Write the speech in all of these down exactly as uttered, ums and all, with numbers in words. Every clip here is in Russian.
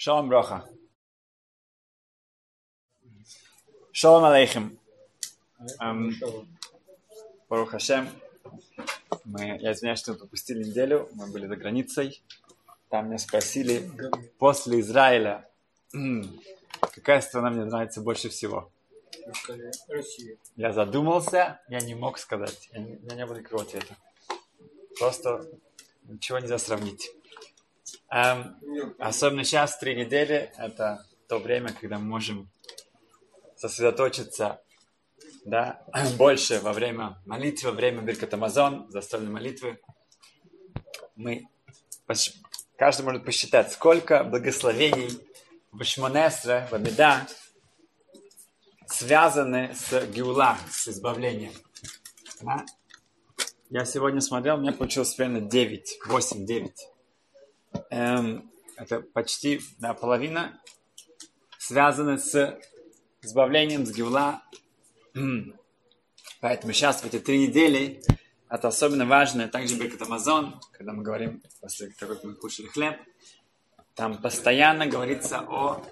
Шалом броха. Шалом алейхим. Эм, Барух Хашем. Мы, я извиняюсь, что мы пропустили неделю. Мы были за границей. Там меня спросили, после Израиля, какая страна мне нравится больше всего? Россия. Я задумался, я не мог сказать. Я не, у меня не было никакого ответа. Просто ничего нельзя сравнить. Эм, особенно сейчас, три недели, это то время, когда мы можем сосредоточиться, да, больше во время молитвы, во время Биркат Амазон, застольной молитвы. Мы, каждый может посчитать, сколько благословений в Шмоне Эсре, в Амида, связаны с Геула, с избавлением. Да? Я сегодня смотрел, у меня получилось примерно девять, восемь, девять. Эм, это почти да, половина связаны с избавлением, с Геула. Поэтому сейчас, в эти три недели, это особенно важно. Также Биркат Амазон, когда мы говорим, после того, как мы кушали хлеб, там постоянно говорится о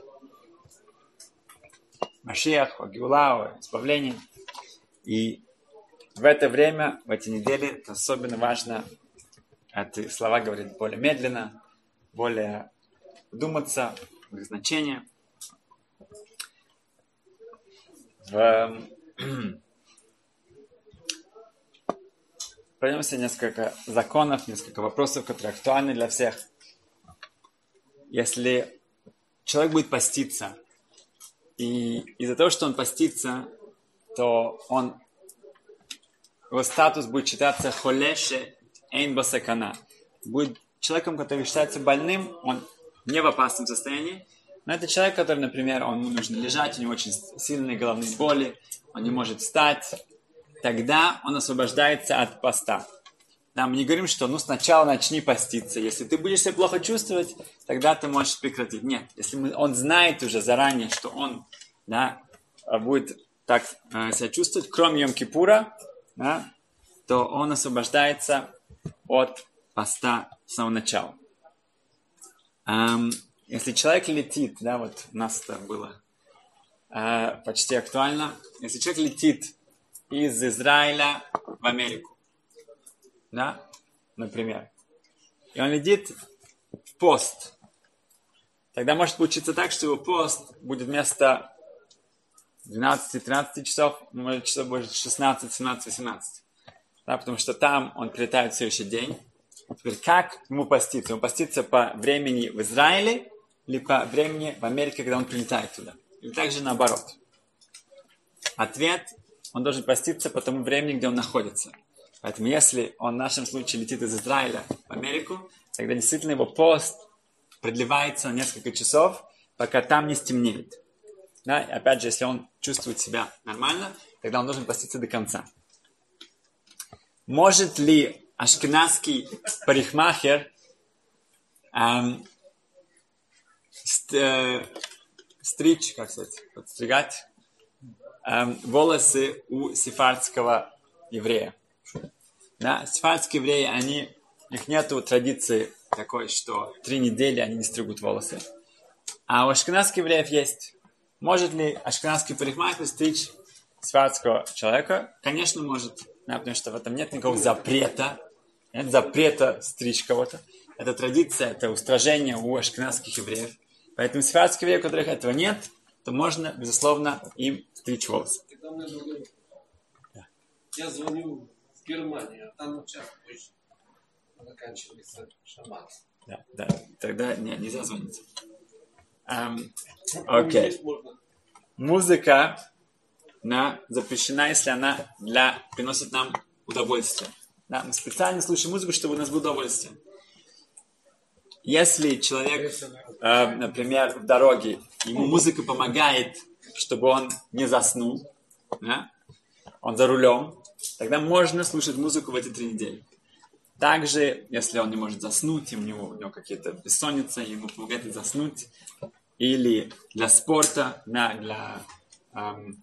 Машиах, о Геула, о избавлении. И в это время, в эти недели, это особенно важно. Эти слова говорят более медленно, более вдуматься в их значение. В... Пройдемся несколько законов, несколько вопросов, которые актуальны для всех. Если человек будет поститься, и из-за того, что он постится, то он, его статус будет считаться холеше эйн басакана. Будет человеком, который считается больным, он не в опасном состоянии. Но это человек, который, например, он, ему нужно лежать, у него очень сильные головные боли, он не может встать. Тогда он освобождается от поста. Да, мы не говорим, что ну сначала начни поститься. Если ты будешь себя плохо чувствовать, тогда ты можешь прекратить. Нет, если мы, он знает уже заранее, что он да, будет так э, себя чувствовать, кроме Йом-Кипура, да, то он освобождается от поста с самого начала. Эм, если человек летит, да, вот у нас это было э, почти актуально, если человек летит из Израиля в Америку, да, например, и он летит в пост, тогда может получиться так, что его пост будет вместо двенадцати-тринадцати часов, может часов будет шестнадцать, семнадцать, восемнадцать, да, потому что там он прилетает в следующий день. Теперь как ему поститься? Ему поститься по времени в Израиле или по времени в Америке, когда он прилетает туда? Или также наоборот? Ответ: он должен поститься по тому времени, где он находится. Поэтому если он в нашем случае летит из Израиля в Америку, тогда действительно его пост продлевается на несколько часов, пока там не стемнеет. Да? И опять же, если он чувствует себя нормально, тогда он должен поститься до конца. Может ли ашкеназский парикмахер эм, ст, э, стричь, как сказать, подстригать эм, волосы у сефардского еврея? Да, сефардские евреи, они, у них нету традиции такой, что три недели они не стригут волосы. А у ашкеназских евреев есть. Может ли ашкеназский парикмахер стричь сефардского человека? Конечно, может. Да, потому что в этом нет никакого запрета. Нет запрета стричь кого-то. Это традиция, это устражение у ашкеназских евреев. Поэтому сефардских евреев, у которых этого нет, то можно, безусловно, им стричь волосы. Да. Я звоню в Германию, а там час позже заканчивается шаббат. Да, да, тогда не, нельзя звонить. Um, Окей. Okay. Музыка на, запрещена, если она для, приносит нам удовольствие. Да, мы специально слушаем музыку, чтобы у нас было удовольствие. Если человек, э, например, в дороге, ему музыка помогает, чтобы он не заснул, да? Он за рулем, тогда можно слушать музыку в эти три недели. Также, если он не может заснуть, и у него, у него какие-то бессонницы, ему помогает заснуть, или для спорта, да, для эм,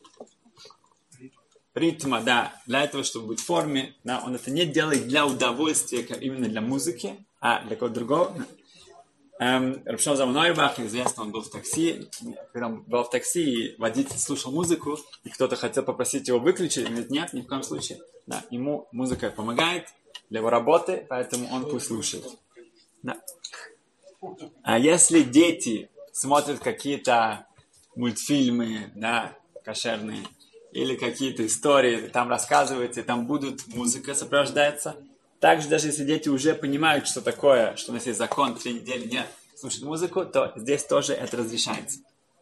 ритма, да, для этого, чтобы быть в форме, да, он это не делает для удовольствия, именно для музыки, а для кого-то другого. Эм, Рабшон Залман Ойрбах, известно, он был в такси. Когда он был в такси, и водитель слушал музыку, и кто-то хотел попросить его выключить, он говорит, нет, ни в коем случае. Да, ему музыка помогает для его работы, поэтому он пусть слушает. Да. А если дети смотрят какие-то мультфильмы, да, кошерные, или какие-то истории, там рассказывают, и там будут, музыка сопровождается. Также, даже если дети уже понимают, что такое, что у нас есть закон, три недели не слушать музыку, то здесь тоже это разрешается.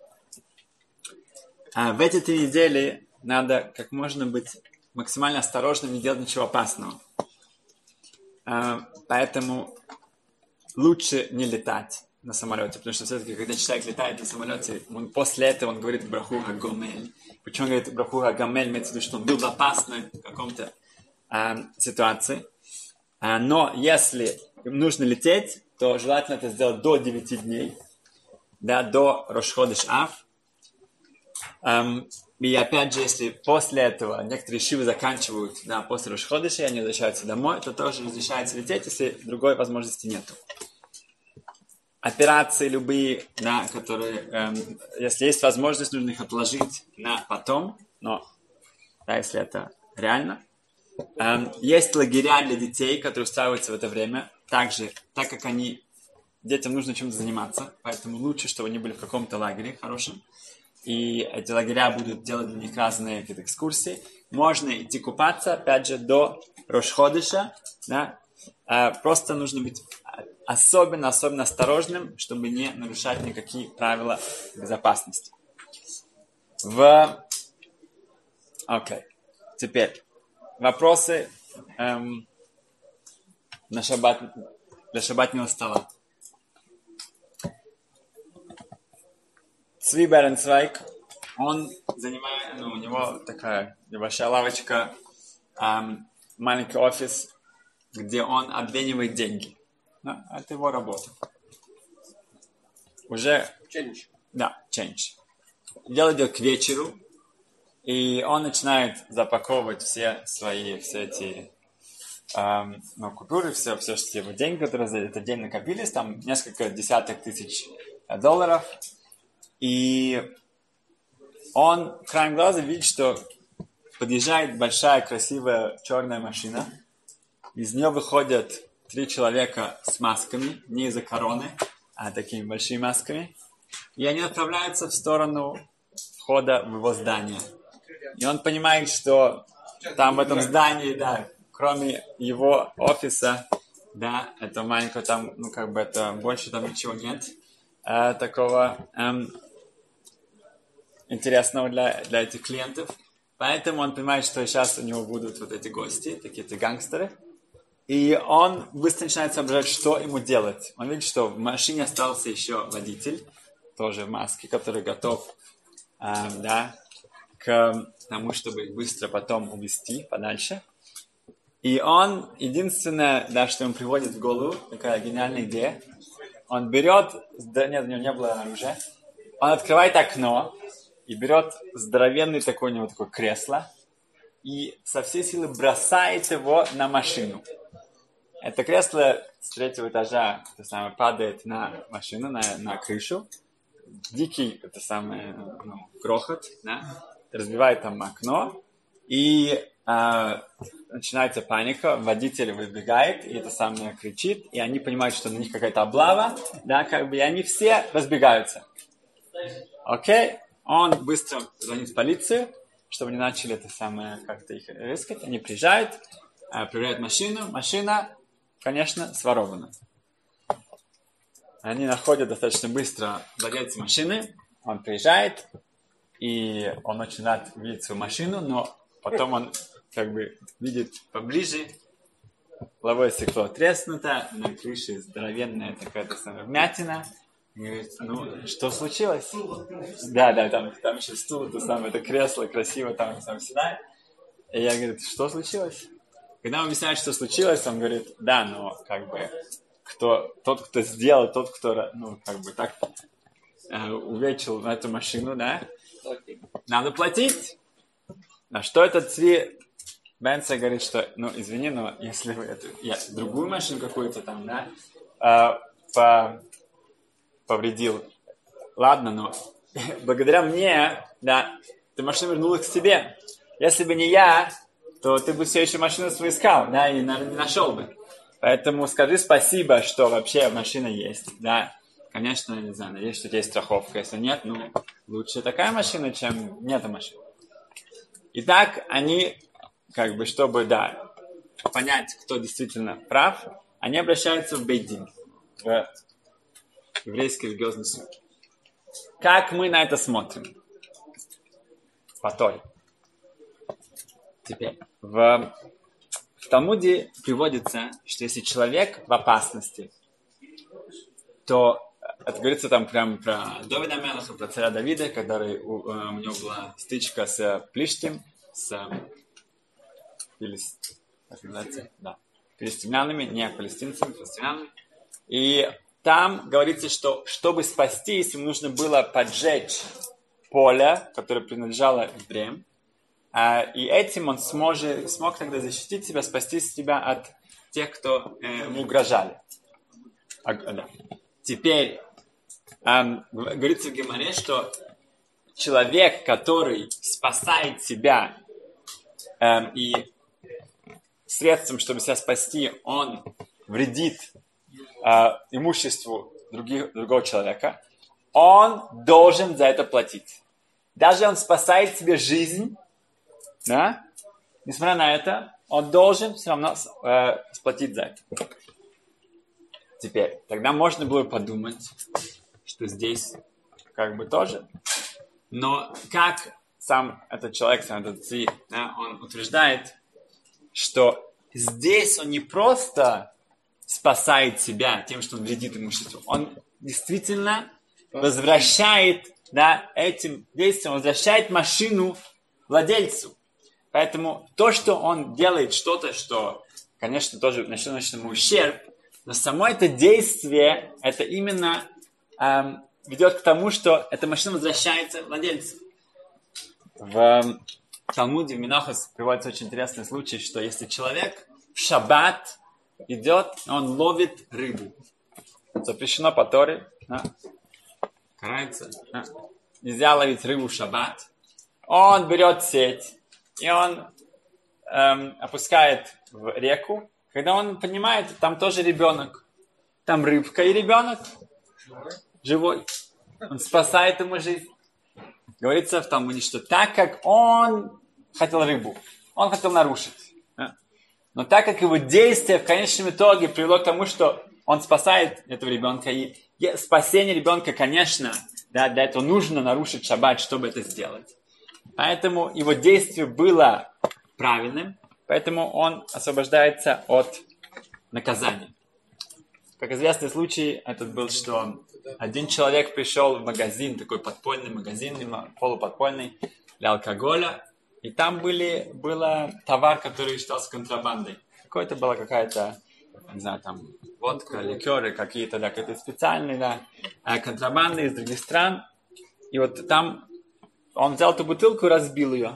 А в эти три недели надо как можно быть максимально осторожным, не делать ничего опасного. А, поэтому лучше не летать на самолете, потому что все-таки, когда человек летает на самолете, он, после этого он говорит браху ха-гомель. Почему он говорит браху ха-гомель? Имеется в виду, что он был в опасной каком-то а, ситуации. А, но если им нужно лететь, то желательно это сделать до девяти дней, да, до Рош ходеш Ав. Um, и опять же, если после этого некоторые шивы заканчивают, да, после Рош ходеша, и они возвращаются домой, то тоже разрешается лететь, если другой возможности нету. Операции любые, да, которые, эм, если есть возможность, нужно их отложить на потом, но, да, если это реально. Эм, есть лагеря для детей, которые устраиваются в это время. Также, так как они, детям нужно чем-то заниматься, поэтому лучше, чтобы они были в каком-то лагере хорошем. И эти лагеря будут делать для них разные какие-то экскурсии. Можно идти купаться, опять же, до Рош ходеша, да. Э, просто нужно быть особенно, особенно осторожным, чтобы не нарушать никакие правила безопасности. В... Окей. Okay. Теперь вопросы эм, на шаббат, для шаббатного стола. Цви Беренцвайк, он занимает, ну, у него такая небольшая лавочка, эм, маленький офис, где он обменивает деньги. Да, это его работа. Уже... Change. Да, change. Дело идет к вечеру, и он начинает запаковывать все свои, все эти эм, ну, купюры, все, все что его деньги, которые за этот день накопились, там несколько десяток тысяч долларов. И он краем глаза видит, что подъезжает большая, красивая черная машина. Из нее выходят три человека с масками, не из-за короны, а такими большими масками. И они отправляются в сторону входа в его здание. И он понимает, что там в этом здании, да, кроме его офиса, да, этого маленького, там, ну, как бы это, больше там ничего нет э, такого эм, интересного для, для этих клиентов. Поэтому он понимает, что сейчас у него будут вот эти гости, такие-то гангстеры. И он быстро начинает соображать, что ему делать. Он видит, что в машине остался еще водитель, тоже в маске, который готов э, да, к тому, чтобы их быстро потом увезти подальше. И он, единственное, да, что ему приводит в голову, такая гениальная идея, он берет, да, нет, у него не было оружия, он открывает окно и берет здоровенный такой у него такое кресло и со всей силы бросает его на машину. Это кресло с третьего этажа это самое, падает на машину, на, на крышу. Дикий это самое, ну, грохот, да? Разбивает там окно. И э, начинается паника. Водитель выбегает, и это самое кричит. И они понимают, что на них какая-то облава. Да, как бы, и они все разбегаются. Окей? Он быстро звонит в полицию, чтобы они начали это самое как-то их рискать. Они приезжают, э, проверяют машину. Машина... конечно, своровано. Они находят достаточно быстро владельца машины. Он приезжает, и он очень рад видеть свою машину, но потом он как бы видит поближе. Лобовое стекло треснуто, на крыше здоровенная такая-то самая вмятина. И говорит, ну, что случилось? Да, да, там, там еще стул, то самое, это кресло красиво там сам седает. И я говорю, что случилось? Когда он объясняет, что случилось, он говорит, да, но как бы кто, тот, кто сделал, тот, кто, ну, как бы так э, увечил эту машину, да, надо платить. На что этот Цви Бенца говорит, что, ну, извини, но если вы эту, я, другую машину какую-то там, да, э, по, повредил. Ладно, но благодаря мне, да, ты машину вернула к себе. Если бы не я, то ты бы все еще машину свою искал, да, и, наверное, не нашел бы. Поэтому скажи спасибо, что вообще машина есть, да. Конечно, не знаю, надеюсь, что у тебя есть страховка. Если нет, ну, лучше такая машина, чем нет машины. Итак, они, как бы, чтобы, да, понять, кто действительно прав, они обращаются в Бейт-Дин, в еврейский религиозный суд. Как мы на это смотрим? По Торе. Теперь, в, в Талмуде приводится, что если человек в опасности, то это говорится там прямо про Давида Мелаха, про царя Давида, который у, у него была стычка с Плиштим, с Филист, как называется? Да, филистимлянами, не палестинцами, филистимлянами. И там говорится, что чтобы спастись, ему нужно было поджечь поле, которое принадлежало евреям. И этим он сможет, смог тогда защитить себя, спасти себя от тех, кто ему угрожали. А, да. Теперь эм, говорится в Гемаре, что человек, который спасает себя эм, и средством, чтобы себя спасти, он вредит э, имуществу других, другого человека, он должен за это платить. Даже он спасает себе жизнь, да? Несмотря на это, он должен все равно э, сплатить за это. Теперь, тогда можно было подумать, что здесь как бы тоже. Но как сам этот человек, сам этот ци, да, он утверждает, что здесь он не просто спасает себя тем, что он вредит имуществу, он действительно возвращает, да, этим действием, возвращает машину владельцу. Поэтому то, что он делает что-то, что, конечно, тоже наносит ему ущерб, но само это действие, это именно эм, ведет к тому, что эта машина возвращается владельцу. В э, Талмуде, в Минахос приводится очень интересный случай, что если человек в шаббат идет, он ловит рыбу. Запрещено по Торе, да? Карается. Да? Нельзя ловить рыбу в шаббат. Он берет сеть, и он эм, опускает в реку. Когда он понимает, там тоже ребенок. Там рыбка и ребенок. Живой. Он спасает ему жизнь. Говорится в Талмуде, что так как он хотел рыбу, он хотел нарушить. Да? Но так как его действие в конечном итоге привело к тому, что он спасает этого ребенка. И спасение ребенка, конечно, да, для этого нужно нарушить шаббат, чтобы это сделать. Поэтому его действие было правильным. Поэтому он освобождается от наказания. Как известный случай, этот был, что один человек пришел в магазин, такой подпольный магазин, полуподпольный, для алкоголя, и там были, был товар, который считался контрабандой. Какой-то была какая-то, не знаю, там, водка, ликеры, какие-то, да, какие-то специальные, да, контрабанды из других стран. И вот там он взял эту бутылку и разбил ее.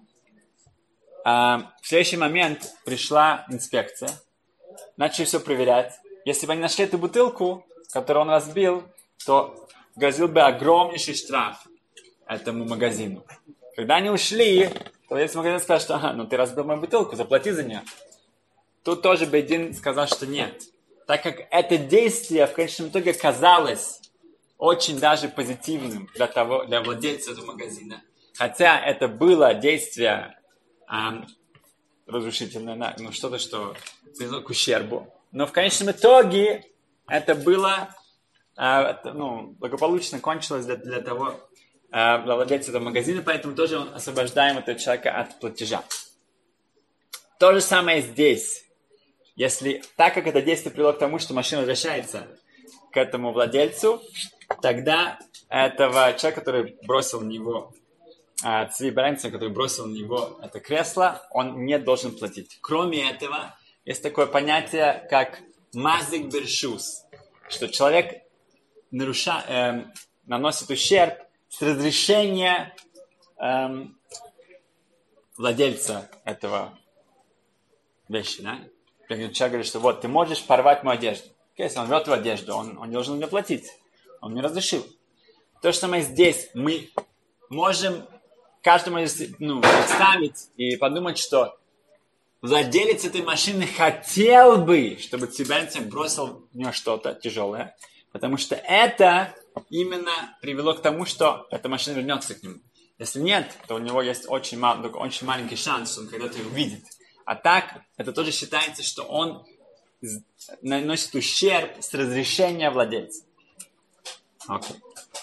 А в следующий момент пришла инспекция, начали все проверять. Если бы они нашли эту бутылку, которую он разбил, то грозил бы огромнейший штраф этому магазину. Когда они ушли, то владелец магазина сказал, что ага, ну ты разбил мою бутылку, заплати за нее. Тут тоже Бейт-Дин сказал, что нет. Так как это действие в конечном итоге казалось очень даже позитивным для, того, для владельца этого магазина. Хотя это было действие А, разрушительное, ну, что-то, что привело к ущербу. Но в конечном итоге это было а, это, ну, благополучно кончилось для, для того, а, для владельца этого магазина, поэтому тоже он освобождаем этого человека от платежа. То же самое здесь. Если, так как это действие привело к тому, что машина возвращается к этому владельцу, тогда этого человека, который бросил в него Цви Брэнсон, который бросил на него это кресло, он не должен платить. Кроме этого, есть такое понятие, как мазик бершус, что человек наруша, э, наносит ущерб с разрешения э, владельца этого вещи. Да? Человек говорит, что вот, ты можешь порвать мою одежду. Если он рвет в одежду, он, он не должен мне платить. Он не разрешил. То, что мы здесь, мы можем, каждый может ну, представить и подумать, что владелец этой машины хотел бы, чтобы цибенцев бросил в нее что-то тяжелое, потому что это именно привело к тому, что эта машина вернется к нему. Если нет, то у него есть очень, мал, очень маленький шанс, что он когда-то ее увидит. А так, это тоже считается, что он наносит ущерб с разрешения владельца. Okay.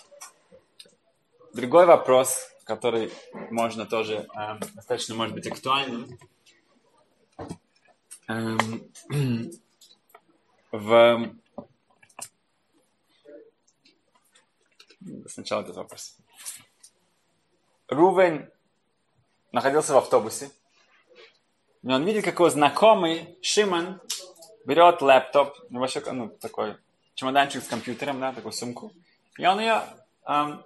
Другой вопрос, который можно тоже, э, достаточно может быть актуальным. Эм, в... Сначала этот вопрос. Рувен находился в автобусе, и он видит, как его знакомый Шимон берет лэптоп, небольшой, ну, такой чемоданчик с компьютером, да, такую сумку, и он ее эм,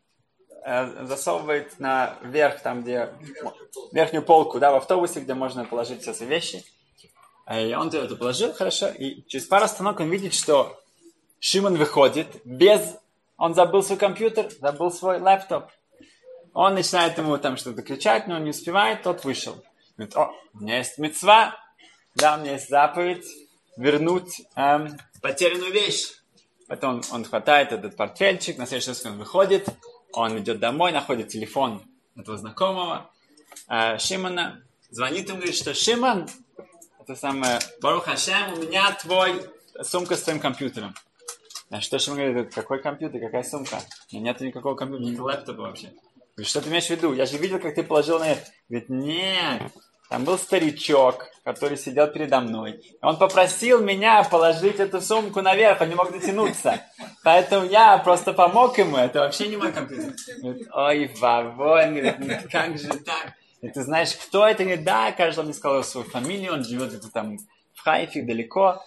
э, засовывает наверх, там, где верхнюю полку, да, в автобусе, где можно положить все свои вещи. И он это положил, хорошо, и через пару остановок он видит, что Шимон выходит без... Он забыл свой компьютер, забыл свой лэптоп. Он начинает ему там что-то кричать, но он не успевает, тот вышел. Говорит, о, у меня есть мицва, да, у меня есть заповедь вернуть эм, потерянную вещь. Потом он, он хватает этот портфельчик, на следующий раз он выходит, он идет домой, находит телефон этого знакомого э, Шимона, звонит ему, говорит, что Шимон, это самое, Барух Хашем, у меня твой сумка с твоим компьютером. А что Шимон говорит, какой компьютер, какая сумка? У меня нет никакого компьютера, никакого лэптопа вообще. Говорит, что ты имеешь в виду? Я же видел, как ты положил на это. Говорит, нет, там был старичок, который сидел передо мной. Он попросил меня положить эту сумку наверх, он не мог дотянуться. Поэтому я просто помог ему, это вообще не мой компьютер. Говорит, ой, вавой, говорит, ну как же так? И ты знаешь, кто это? Говорит, да, кажется, он мне сказал свою фамилию, он живет где-то там в Хайфе, далеко.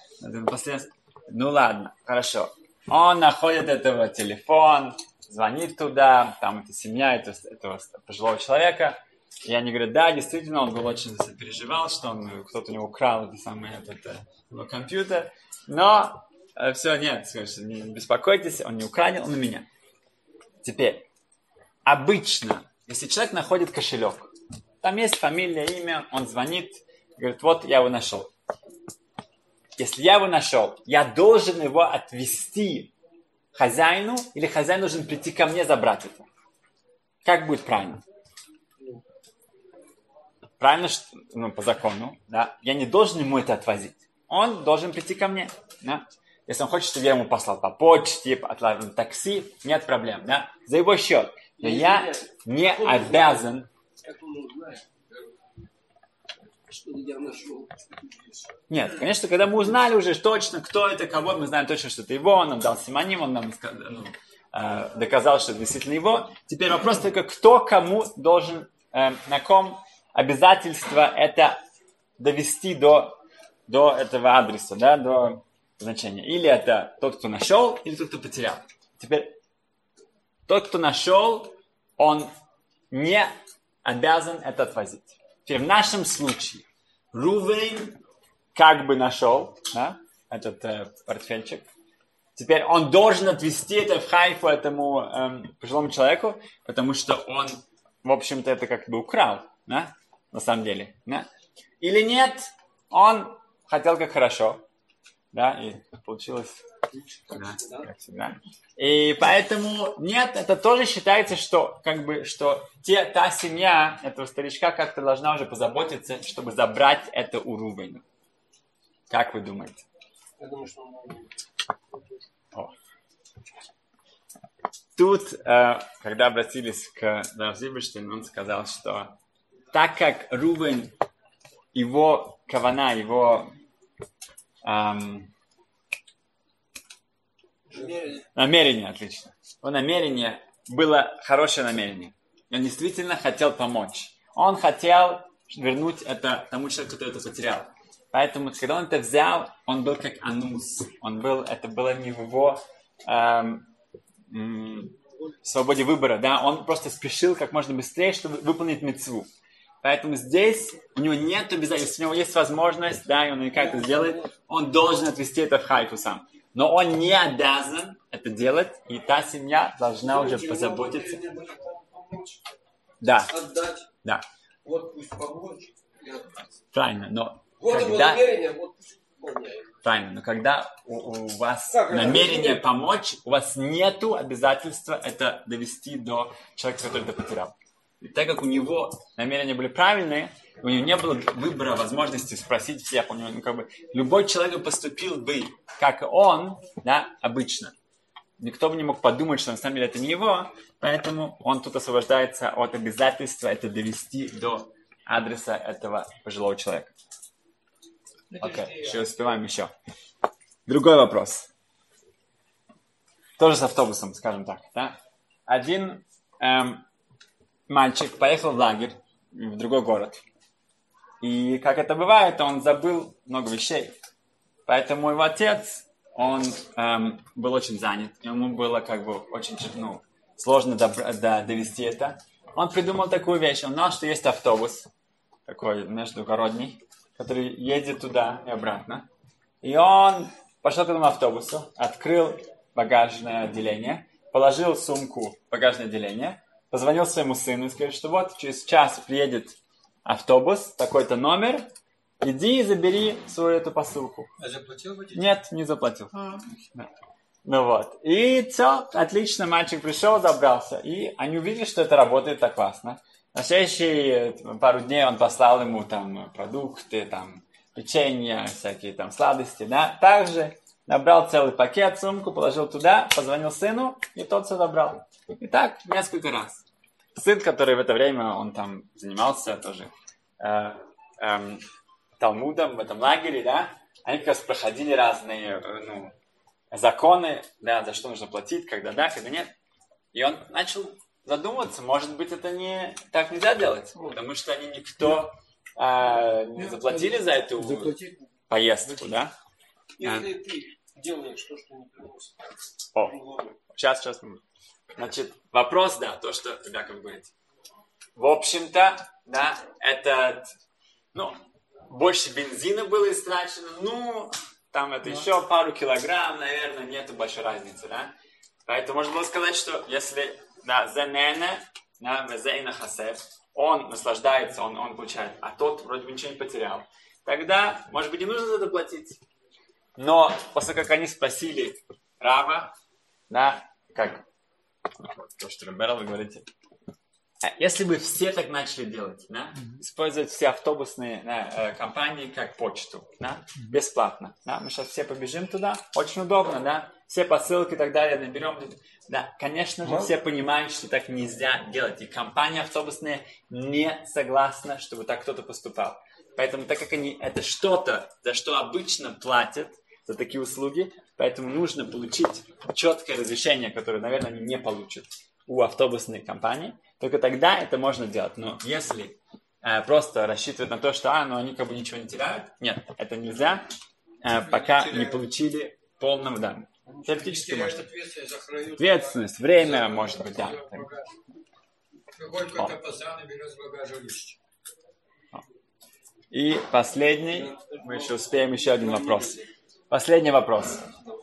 Ну ладно, хорошо. Он находит этого телефон, звонит туда, там это семья этого, этого пожилого человека. И они говорят, да, действительно, он был очень переживал, что он, кто-то у него украл это самое, этот, его компьютер. Но э, все, нет, скажите, не беспокойтесь, он не украден, он у меня. Теперь, обычно, если человек находит кошелек, там есть фамилия, имя, он звонит, говорит, вот я его нашел. Если я его нашел, я должен его отвезти хозяину, или хозяин должен прийти ко мне забрать это? Как будет правильно? Правильно, что, ну, по закону, да, я не должен ему это отвозить. Он должен прийти ко мне, да. Если он хочет, чтобы я ему послал по почте, отправил такси, нет проблем, да, за его счет. Но я не обязан... Что я нашел. Нет, конечно, когда мы узнали уже точно, кто это, кого, мы знаем точно, что это его, он нам дал симоним, он нам ну, э, доказал, что это действительно его. Теперь вопрос только, кто кому должен, э, на ком обязательство это довести до, до этого адреса, да, до значения. Или это тот, кто нашел, или тот, кто потерял. Теперь тот, кто нашел, он не обязан это отвозить. Теперь в нашем случае Рувен как бы нашел, да, этот э, портфельчик. Теперь он должен отвезти это в Хайфу этому эм, пожилому человеку, потому что он, в общем-то, это как бы украл, да, на самом деле. Да? Или нет, он хотел как хорошо, да, и получилось да, как всегда. И поэтому нет, это тоже считается, что как бы что те, та семья этого старичка как-то должна уже позаботиться, чтобы забрать это у Рувена. Как вы думаете? Я думаю, что он... О. Тут, э, когда обратились к Рав Зильберштейну, он сказал, что так как Рувен, его кавана, его эм, намерение. намерение, отлично. Его намерение было хорошее намерение. Он действительно хотел помочь. Он хотел вернуть это тому человеку, который это потерял. Поэтому, когда он это взял, он был как анус. Он был, это было не в его эм, м, свободе выбора. Да? Он просто спешил как можно быстрее, чтобы выполнить мицву. Поэтому здесь у него нет обязательств. Если у него есть возможность, да, и он наверняка это сделает, он должен отвезти это в Хайфу сам. Но он не обязан это делать, и та семья должна уже позаботиться. Да. Отдать. Да. Вот пусть помочь. Правильно, но Вот его когда... намерение, вот пусть выполняет. Правильно, но когда у, у вас Как намерение это? помочь, у вас нету обязательства это довести до человека, который это потерял. И так как у него намерения были правильные, у него не было выбора, возможности спросить всех. У него, ну, как бы, любой человек поступил бы, как он, да, обычно. Никто бы не мог подумать, что на самом деле это не его, поэтому он тут освобождается от обязательства это довести до адреса этого пожилого человека. Окей, okay. Еще успеваем еще. Другой вопрос. Тоже с автобусом, скажем так. Да? Один эм, мальчик поехал в лагерь в другой город. И как это бывает, он забыл много вещей. Поэтому его отец, он эм, был очень занят. Ему было как бы очень ну, сложно добра- до- довести это. Он придумал такую вещь. Он знал, что есть автобус, такой междугородний, который едет туда и обратно. И он пошел к этому автобусу, открыл багажное отделение, положил сумку в багажное отделение, позвонил своему сыну и сказал, что вот через час приедет автобус, такой-то номер, иди и забери свою эту посылку. А заплатил водитель? Нет, не заплатил. А. Да. Ну вот. И все, отлично, мальчик пришел, забрался. И они увидели, что это работает так классно. На следующие пару дней он послал ему там продукты, там печенье, всякие там сладости, да. Также набрал целый пакет, сумку, положил туда, позвонил сыну, и тот все забрал. И так несколько раз. Сын, который в это время, он там занимался тоже э, э, талмудом в этом лагере, да, они как раз проходили разные ну, законы, да, за что нужно платить, когда да, когда нет. И он начал задумываться, может быть, это не так нельзя делать, потому что они никто э, не заплатили за эту Заплатить. поездку, да. Если ты делаешь то, что не приносит. О, сейчас, сейчас. Значит, вопрос, да, то, что Яков говорит. В общем-то, да, это, ну, больше бензина было истрачено, ну, там это еще пару килограмм, наверное, нету большой разницы, да. Поэтому можно было сказать, что если, да, зенене, да, везейна хасев, он наслаждается, он, он получает, а тот вроде бы ничего не потерял, тогда, может быть, не нужно за это платить. Но после как они спросили Рава, да, как то, что Раберл, вы говорите, если бы все так начали делать, да, mm-hmm. использовать все автобусные да, компании как почту, да, mm-hmm. бесплатно, да, мы сейчас все побежим туда, очень удобно, да, все посылки и так далее наберем, да, конечно же, mm-hmm. все понимают, что так нельзя делать, и компания автобусная не согласна, чтобы так кто-то поступал, поэтому так как они это что-то, за что обычно платят, за такие услуги, поэтому нужно получить четкое разрешение, которое, наверное, они не получат у автобусной компании, только тогда это можно делать. Но если э, просто рассчитывать на то, что а, ну, они как бы ничего не теряют, нет, это нельзя, э, пока не получили полного данного. Теоретически может. Ответственность, время, может быть, да. И последний, мы еще успеем еще один вопрос. Последний вопрос.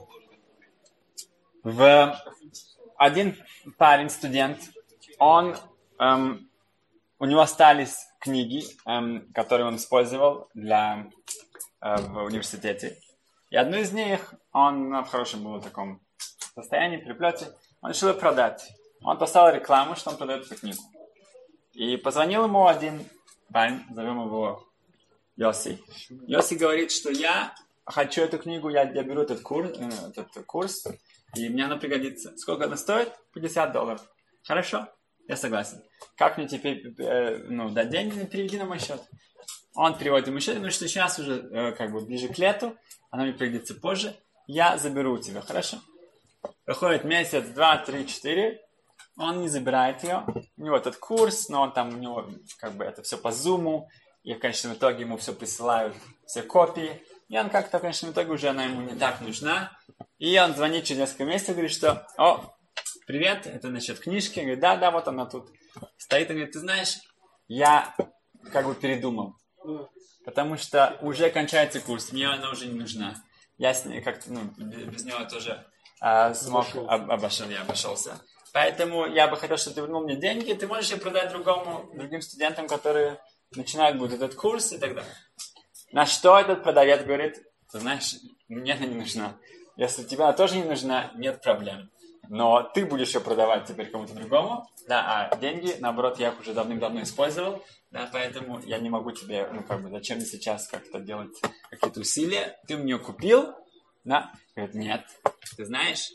В один парень, студент, он, эм, у него остались книги, эм, которые он использовал для, э, в университете. И одну из них, он ну, в хорошем был таком состоянии, переплете, он решил ее продать. Он послал рекламу, что он продает эту книгу. И позвонил ему один парень, зовем его Йоси. Йоси говорит, что я хочу эту книгу, я, я беру этот курс, этот курс, и мне она пригодится. Сколько она стоит? пятьдесят долларов. Хорошо, я согласен. Как мне теперь э, ну, дать деньги, переведи на мой счет. Он переводит ему счет, потому что сейчас уже э, как бы ближе к лету, она мне пригодится позже, я заберу у тебя, хорошо? Проходит месяц, два, три, четыре, он не забирает ее. У него этот курс, но он там, у него как бы это все по зуму, и в конечном итоге ему все присылают, все копии. И он как-то в конечном итоге уже она ему не так нужна. И он звонит через несколько месяцев и говорит, что «О, привет, это насчет книжки». Он говорит, да-да, вот она тут стоит. Он говорит, ты знаешь, я как бы передумал. Потому что уже кончается курс, мне она уже не нужна. я с ней как-то, ну, без него тоже а, смог, об, обошел, я обошелся. Поэтому я бы хотел, чтобы ты вернул мне деньги, ты можешь их продать другому, другим студентам, которые начинают будет этот курс и так далее. На что этот продавец говорит, ты знаешь, мне она не нужна. Если тебе она тоже не нужна, нет проблем. Но ты будешь ее продавать теперь кому-то другому, да, а деньги, наоборот, я их уже давным-давно использовал, да, поэтому я не могу тебе, ну, как бы, зачем мне сейчас как-то делать какие-то усилия. Ты мне купил, да, говорит, нет, ты знаешь,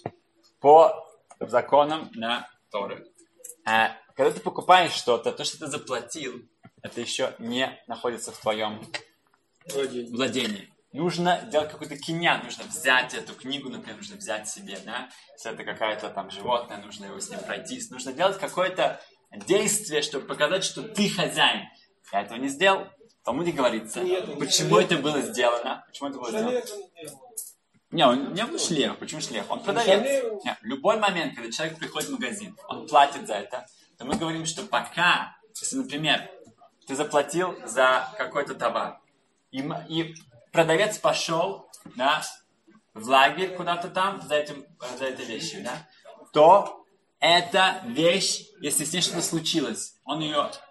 по законам, да, Торы, а, когда ты покупаешь что-то, то, что ты заплатил, это еще не находится в твоем Владение. владении. Нужно сделать какой-то киньян, нужно взять эту книгу, например, нужно взять себе, да, если это какое-то там животное, нужно его с ним пройтись, нужно делать какое-то действие, чтобы показать, что ты хозяин. Я этого не сделал, в Талмуде говорится, Нет, почему нет. это было сделано, почему это было сделано. Шалех он делал. Не, он не был шлех, почему шлех? Он продавец. Шалех. Не, в любой момент, когда человек приходит в магазин, он платит за это, то мы говорим, что пока, если, например, ты заплатил за какой-то товар, и, м- и продавец пошел, да, в лагерь куда-то там за, этим, за этой вещью, да, то эта вещь, если с ней что-то случилось, он ее, э,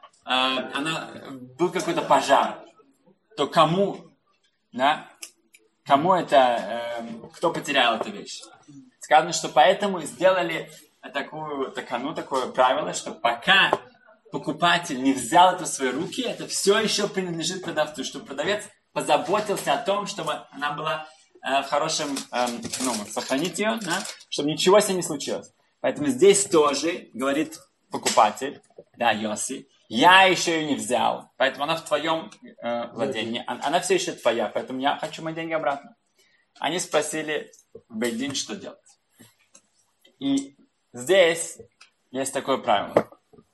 она, был какой-то пожар, то кому, да, кому это, э, кто потерял эту вещь? Сказано, что поэтому сделали такую, такую, такое правило, что пока покупатель не взял это в свои руки, это все еще принадлежит продавцу, чтобы продавец позаботился о том, чтобы она была э, в хорошем, э, ну, сохранить ее, да, чтобы ничего с ней не случилось. Поэтому здесь тоже говорит покупатель, да, Йоси, я еще ее не взял, поэтому она в твоем э, владении, она, она все еще твоя, поэтому я хочу мои деньги обратно. Они спросили Бейдин, что делать. И здесь есть такое правило,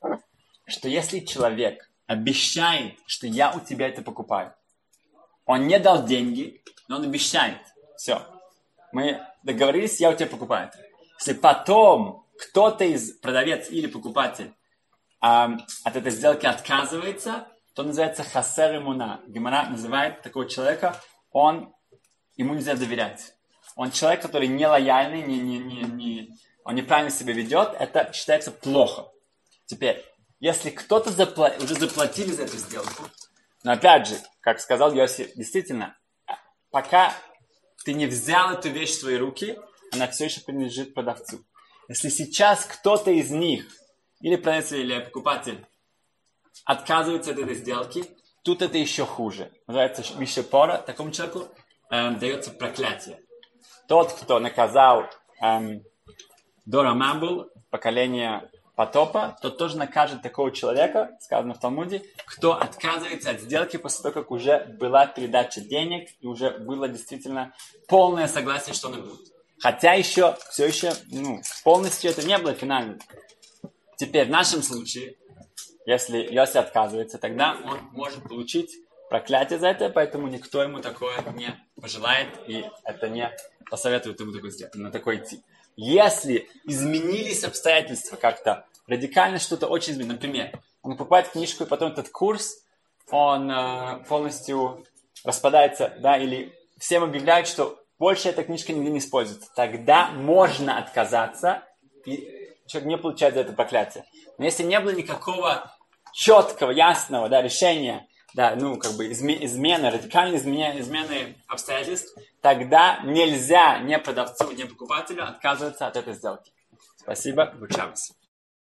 что если человек обещает, что я у тебя это покупаю, он не дал деньги, но он обещает. Все. Мы договорились, я у тебя покупаю. Если потом кто-то из продавец или покупатель эм, от этой сделки отказывается, то называется хасер имуна. Гемара называет такого человека, он, ему нельзя доверять. Он человек, который не лояльный, не, не, не, не, он неправильно себя ведет, это считается плохо. Теперь, если кто-то запла- уже заплатили за эту сделку, но опять же, как сказал Йоси, действительно, пока ты не взял эту вещь в свои руки, она все еще принадлежит продавцу. Если сейчас кто-то из них, или продавец, или покупатель, отказывается от этой сделки, тут это еще хуже. Называется мишепора, такому человеку эм, дается проклятие. Тот, кто наказал эм, Дора Мабул, поколение потопа, тот тоже накажет такого человека, сказано в Талмуде, кто отказывается от сделки после того, как уже была передача денег и уже было действительно полное согласие, что оно будет. Хотя еще, все еще, ну, полностью это не было финально. Теперь в нашем случае, если Йоси отказывается, тогда он может получить проклятие за это, поэтому никто ему такое не пожелает и это не посоветует ему такое сделать, на такое идти. Если изменились обстоятельства как-то, радикально что-то очень изменилось, например, он покупает книжку, и потом этот курс, он э, полностью распадается, да, или всем объявляют, что больше эта книжка нигде не используется, тогда можно отказаться, и человек не получает за это проклятие. Но если не было никакого четкого, ясного, да, решения, да, ну, как бы изме- измены, радикальной измены, измены обстоятельств, тогда нельзя ни продавцу, ни покупателю отказываться от этой сделки. Спасибо, обучаемся.